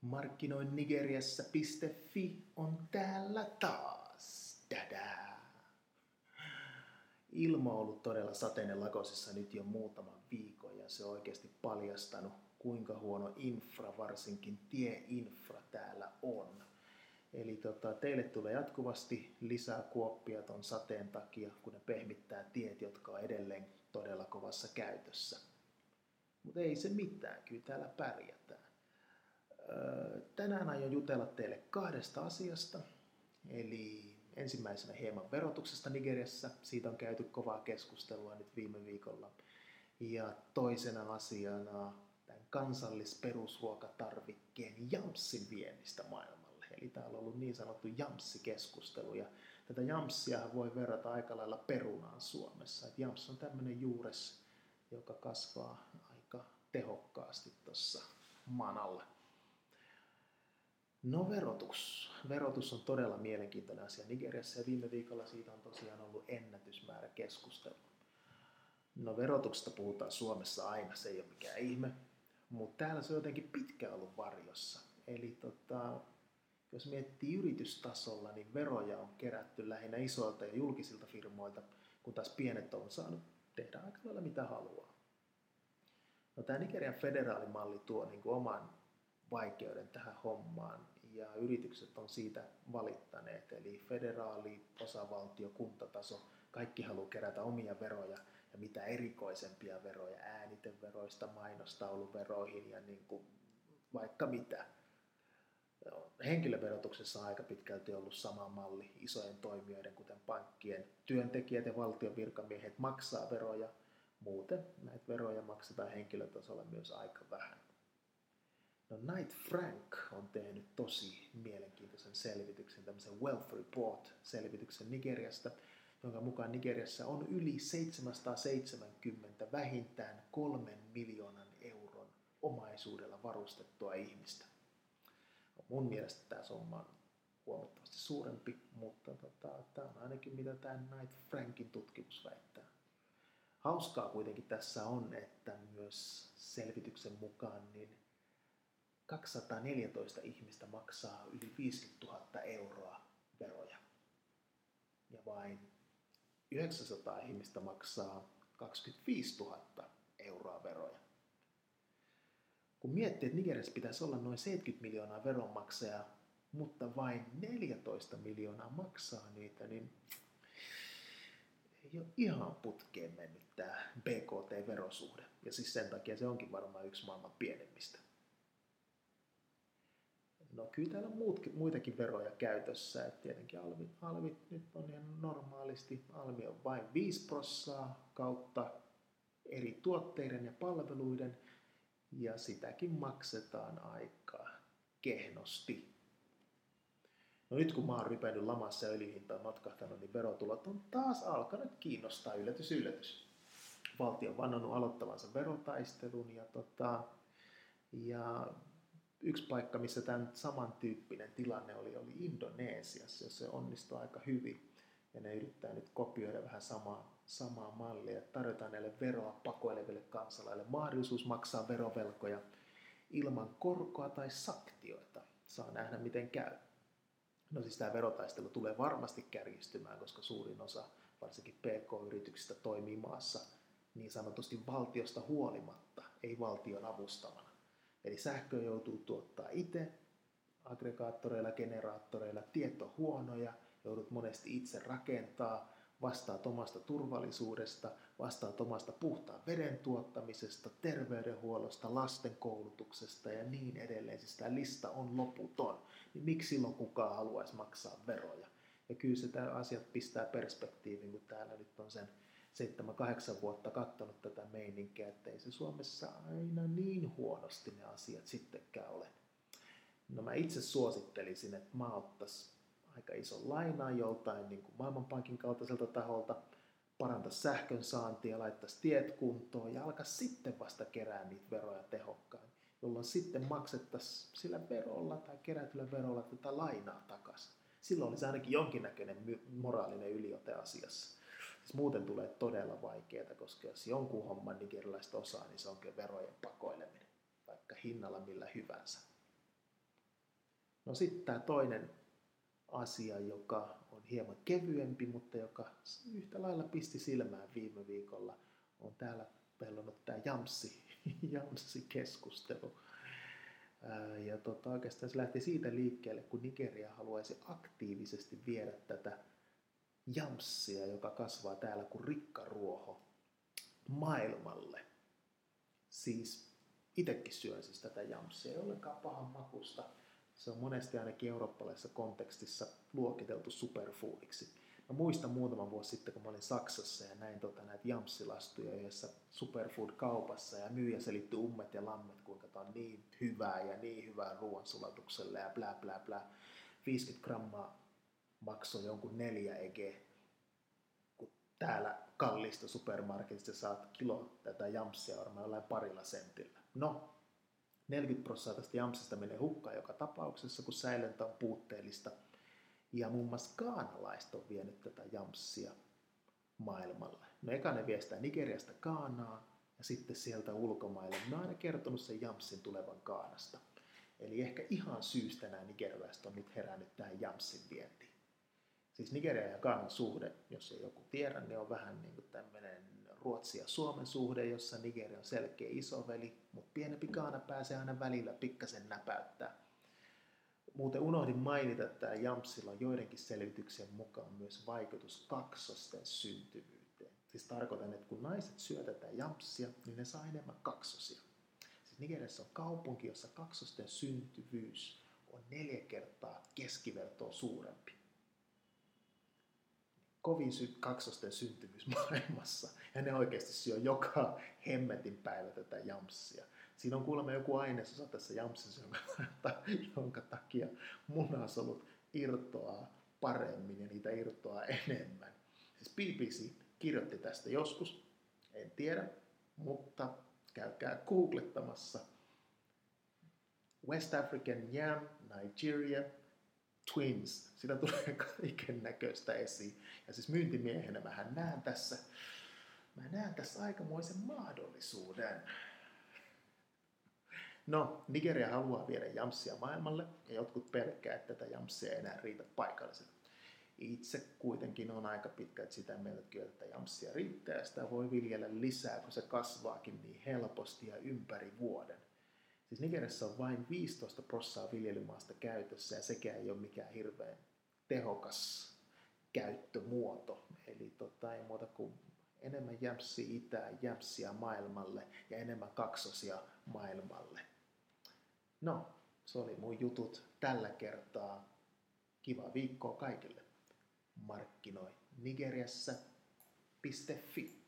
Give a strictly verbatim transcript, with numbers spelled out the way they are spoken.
Markkinoin Nigeriassa piste fi on täällä taas. Dadaa. Ilma on ollut todella sateinen Lagosissa nyt jo muutaman viikon ja se on oikeasti paljastanut, kuinka huono infra, varsinkin tieinfra täällä on. Eli tota, teille tulee jatkuvasti lisää kuoppia ton sateen takia, kun ne pehmittää tiet, jotka on edelleen todella kovassa käytössä. Mutta ei se mitään, kyllä täällä pärjätään. Tänään aion jutella teille kahdesta asiasta. Eli ensimmäisenä hieman verotuksesta Nigeriassa. Siitä on käyty kovaa keskustelua nyt viime viikolla. Ja toisena asiana tämän kansallisperusruokatarvikkeen jampsin viennistä maailmalle. Eli täällä on ollut niin sanottu jampsikeskustelu. Ja tätä jampsia voi verrata aika lailla perunaan Suomessa. Et jams on tämmöinen juures, joka kasvaa aika tehokkaasti tuossa maan alla. No verotus. Verotus on todella mielenkiintoinen asia Nigeriassa ja viime viikolla siitä on tosiaan ollut ennätysmäärä keskustelua. No verotuksesta puhutaan Suomessa aina, se ei ole mikään ihme, mutta täällä se on jotenkin pitkään ollut varjossa. Eli tota, jos miettii yritystasolla, niin veroja on kerätty lähinnä isoilta ja julkisilta firmoilta, kun taas pienet on saanut tehdä aika lailla mitä haluaa. No tämä Nigerian federaalimalli tuo niin kuin oman vaikeuden tähän hommaan ja yritykset on siitä valittaneet. Eli federaali, osavaltio, kuntataso, kaikki haluaa kerätä omia veroja ja mitä erikoisempia veroja, ääniteveroista, mainostauluveroihin ja niin kuin vaikka mitä. Henkilöverotuksessa on aika pitkälti ollut sama malli isojen toimijoiden, kuten pankkien työntekijät ja valtion virkamiehet maksaa veroja. Muuten näitä veroja maksetaan henkilötasolla myös aika vähän. No Knight Frank on tehnyt tosi mielenkiintoisen selvityksen, tämmöisen Wealth Report-selvityksen Nigeriasta, jonka mukaan Nigeriassa on yli seitsemänsataaseitsemänkymmentä vähintään kolmen miljoonan euron omaisuudella varustettua ihmistä. Mun mielestä tämä summa on huomattavasti suurempi, mutta tota, tämä on ainakin mitä tämä Knight Frankin tutkimus väittää. Hauskaa kuitenkin tässä on, että myös selvityksen mukaan niin kaksisataaneljätoista ihmistä maksaa yli viisikymmentätuhatta euroa veroja. Ja vain yhdeksänsataa ihmistä maksaa kaksikymmentäviisituhatta euroa veroja. Kun miettii, että Nigeriassa pitäisi olla noin seitsemänkymmentä miljoonaa veronmaksajaa, mutta vain neljätoista miljoonaa maksaa niitä, niin ei ole ihan putkeen mennyt tämä B K T-verosuhde. Ja siis sen takia se onkin varmaan yksi maailman pienemmistä. No kyllä täällä on muut, muitakin veroja käytössä. Et tietenkin alvit, alvit nyt on ihan normaalisti. Alvi on vain viisi prosenttia kautta eri tuotteiden ja palveluiden. Ja sitäkin maksetaan aika kehnosti. No nyt kun mä oon rypennyt lamassa ja öljyhinta on notkahtanut, niin verotulot on taas alkanut kiinnostaa. Yllätys, yllätys. Valtio on vannonut aloittavansa verotaistelun ja, tota, ja yksi paikka, missä tämän samantyyppinen tilanne oli, oli Indonesiassa, jossa se onnistui aika hyvin. Ja ne yrittää nyt kopioida vähän samaa, samaa mallia. Tarjotaan näille veroa pakoileville kansalaille mahdollisuus maksaa verovelkoja ilman korkoa tai sanktioita. Saa nähdä, miten käy. No siis tämä verotaistelu tulee varmasti kärjistymään, koska suurin osa, varsinkin P K-yrityksistä, toimii maassa niin sanotusti valtiosta huolimatta, ei valtion avustamana. Eli sähköä joutuu tuottaa itse, aggregaattoreilla, generaattoreilla, tiet on huonoja, joudut monesti itse rakentaa, vastaat omasta turvallisuudesta, vastaat omasta puhtaan veden tuottamisesta, terveydenhuollosta, lasten koulutuksesta ja niin edelleen. Siis tämä lista on loputon. Niin miksi silloin kukaan haluaisi maksaa veroja? Ja kyllä se tämä asiat pistää perspektiiviin, kun täällä nyt on sen seitsemän kahdeksan vuotta katsonut tätä meininkiä, että ei se Suomessa aina niin huonosti ne asiat sittenkään ole. No mä itse suosittelisin, että mä ottaisin aika ison lainaa joltain niin kuin Maailmanpankin kaltaiselta taholta, parantaisi sähkön saantia, laittaisi tiet kuntoon ja alkaisi sitten vasta kerää niitä veroja tehokkaan, jolloin sitten maksettaisiin sillä verolla tai kerätyllä verolla tätä lainaa takaisin. Silloin olisi ainakin jonkinnäköinen moraalinen yliote asiassa. Siis muuten tulee todella vaikeaa, koska jos jonkun homman nigerialaiset osaa, niin se onkin verojen pakoileminen, vaikka hinnalla millä hyvänsä. No sitten tämä toinen asia, joka on hieman kevyempi, mutta joka yhtä lailla pisti silmään viime viikolla, on täällä pellonut tämä Jamsi, Jamsi-keskustelu. Ja tota, oikeastaan se lähti siitä liikkeelle, kun Nigeria haluaisi aktiivisesti viedä tätä jamssia, joka kasvaa täällä kuin rikkaruoho, maailmalle. Siis itsekin syön siis tätä jamssia, ei ollenkaan pahan makusta. Se on monesti ainakin eurooppalaisessa kontekstissa luokiteltu superfoodiksi. Mä muistan muutama vuosi sitten, kun mä olin Saksassa ja näin tota, näitä jamssilastuja yhdessä superfood-kaupassa ja myyjä selitti ummet ja lammet, kuinka tää on niin hyvää ja niin hyvää ruoansulatukselle ja blä blä blä. viisikymmentä grammaa maksoi jonkun neljä ege, kun täällä kalliista supermarketista saat kilo tätä jamssia varmaan jollain parilla sentillä. No, neljäkymmentä prosenttia tästä jamsista menee hukkaan joka tapauksessa, kun säilöntä on puutteellista. Ja muun muassa ghanalaiset on vienyt tätä jamssia maailmalle. No eka ne vie sitä Nigeriasta Ghanaan ja sitten sieltä ulkomaille. Ne on aina kertonut sen jamssin tulevan Ghanasta. Eli ehkä ihan syystä nämä nigerialaiset on nyt herännyt tähän jamssin vientiin. Siis Nigeria ja Ghanan suhde, jos ei joku tiedä, niin on vähän niin kuin tämmöinen Ruotsin ja Suomen suhde, jossa Nigeria on selkeä isoveli, mutta pienempi Ghana pääsee aina välillä pikkasen näpäyttää. Muuten unohdin mainita, että tämä jamsilla on joidenkin selvityksien mukaan myös vaikutus kaksosten syntyvyyteen. Siis tarkoitan, että kun naiset syö tätä jamssia, niin ne saa enemmän kaksosia. Siis Nigeriassa on kaupunki, jossa kaksosten syntyvyys on neljä kertaa keskivertoa suurempi. Kovin sy- kaksosten syntyvyys maailmassa. Ja ne oikeasti syö joka hemmetin päivä tätä jamssia. Siinä on kuulemma joku ainesosa tässä jamsissa, jonka takia munasolut irtoaa paremmin ja niitä irtoaa enemmän. Siis B B C kirjoitti tästä joskus, en tiedä, mutta käykää googlettamassa. West African Yam, Nigeria, Twins. Sitä tulee kaiken näköistä esiin. Ja siis myyntimiehenä mähän näen tässä, mä näen tässä aikamoisen mahdollisuuden. No, Nigeria haluaa viedä jamssia maailmalle ja jotkut pelkää, että tätä jamssia ei enää riitä paikallisille. Itse kuitenkin on aika pitkälti sitä mieltä, että kyllä tätä jamssia riittää ja sitä voi viljellä lisää, kun se kasvaakin niin helposti ja ympäri vuoden. Siis Nigeriassa on vain viisitoista prosenttia viljelymaasta käytössä ja sekään ei ole mikään hirveän tehokas käyttömuoto. Eli tota, ei muuta kuin enemmän jämssiä itään, jämssiä maailmalle ja enemmän kaksosia maailmalle. No, se oli mun jutut tällä kertaa. Kiva viikkoa kaikille. Markkinoi nigeriassa piste fi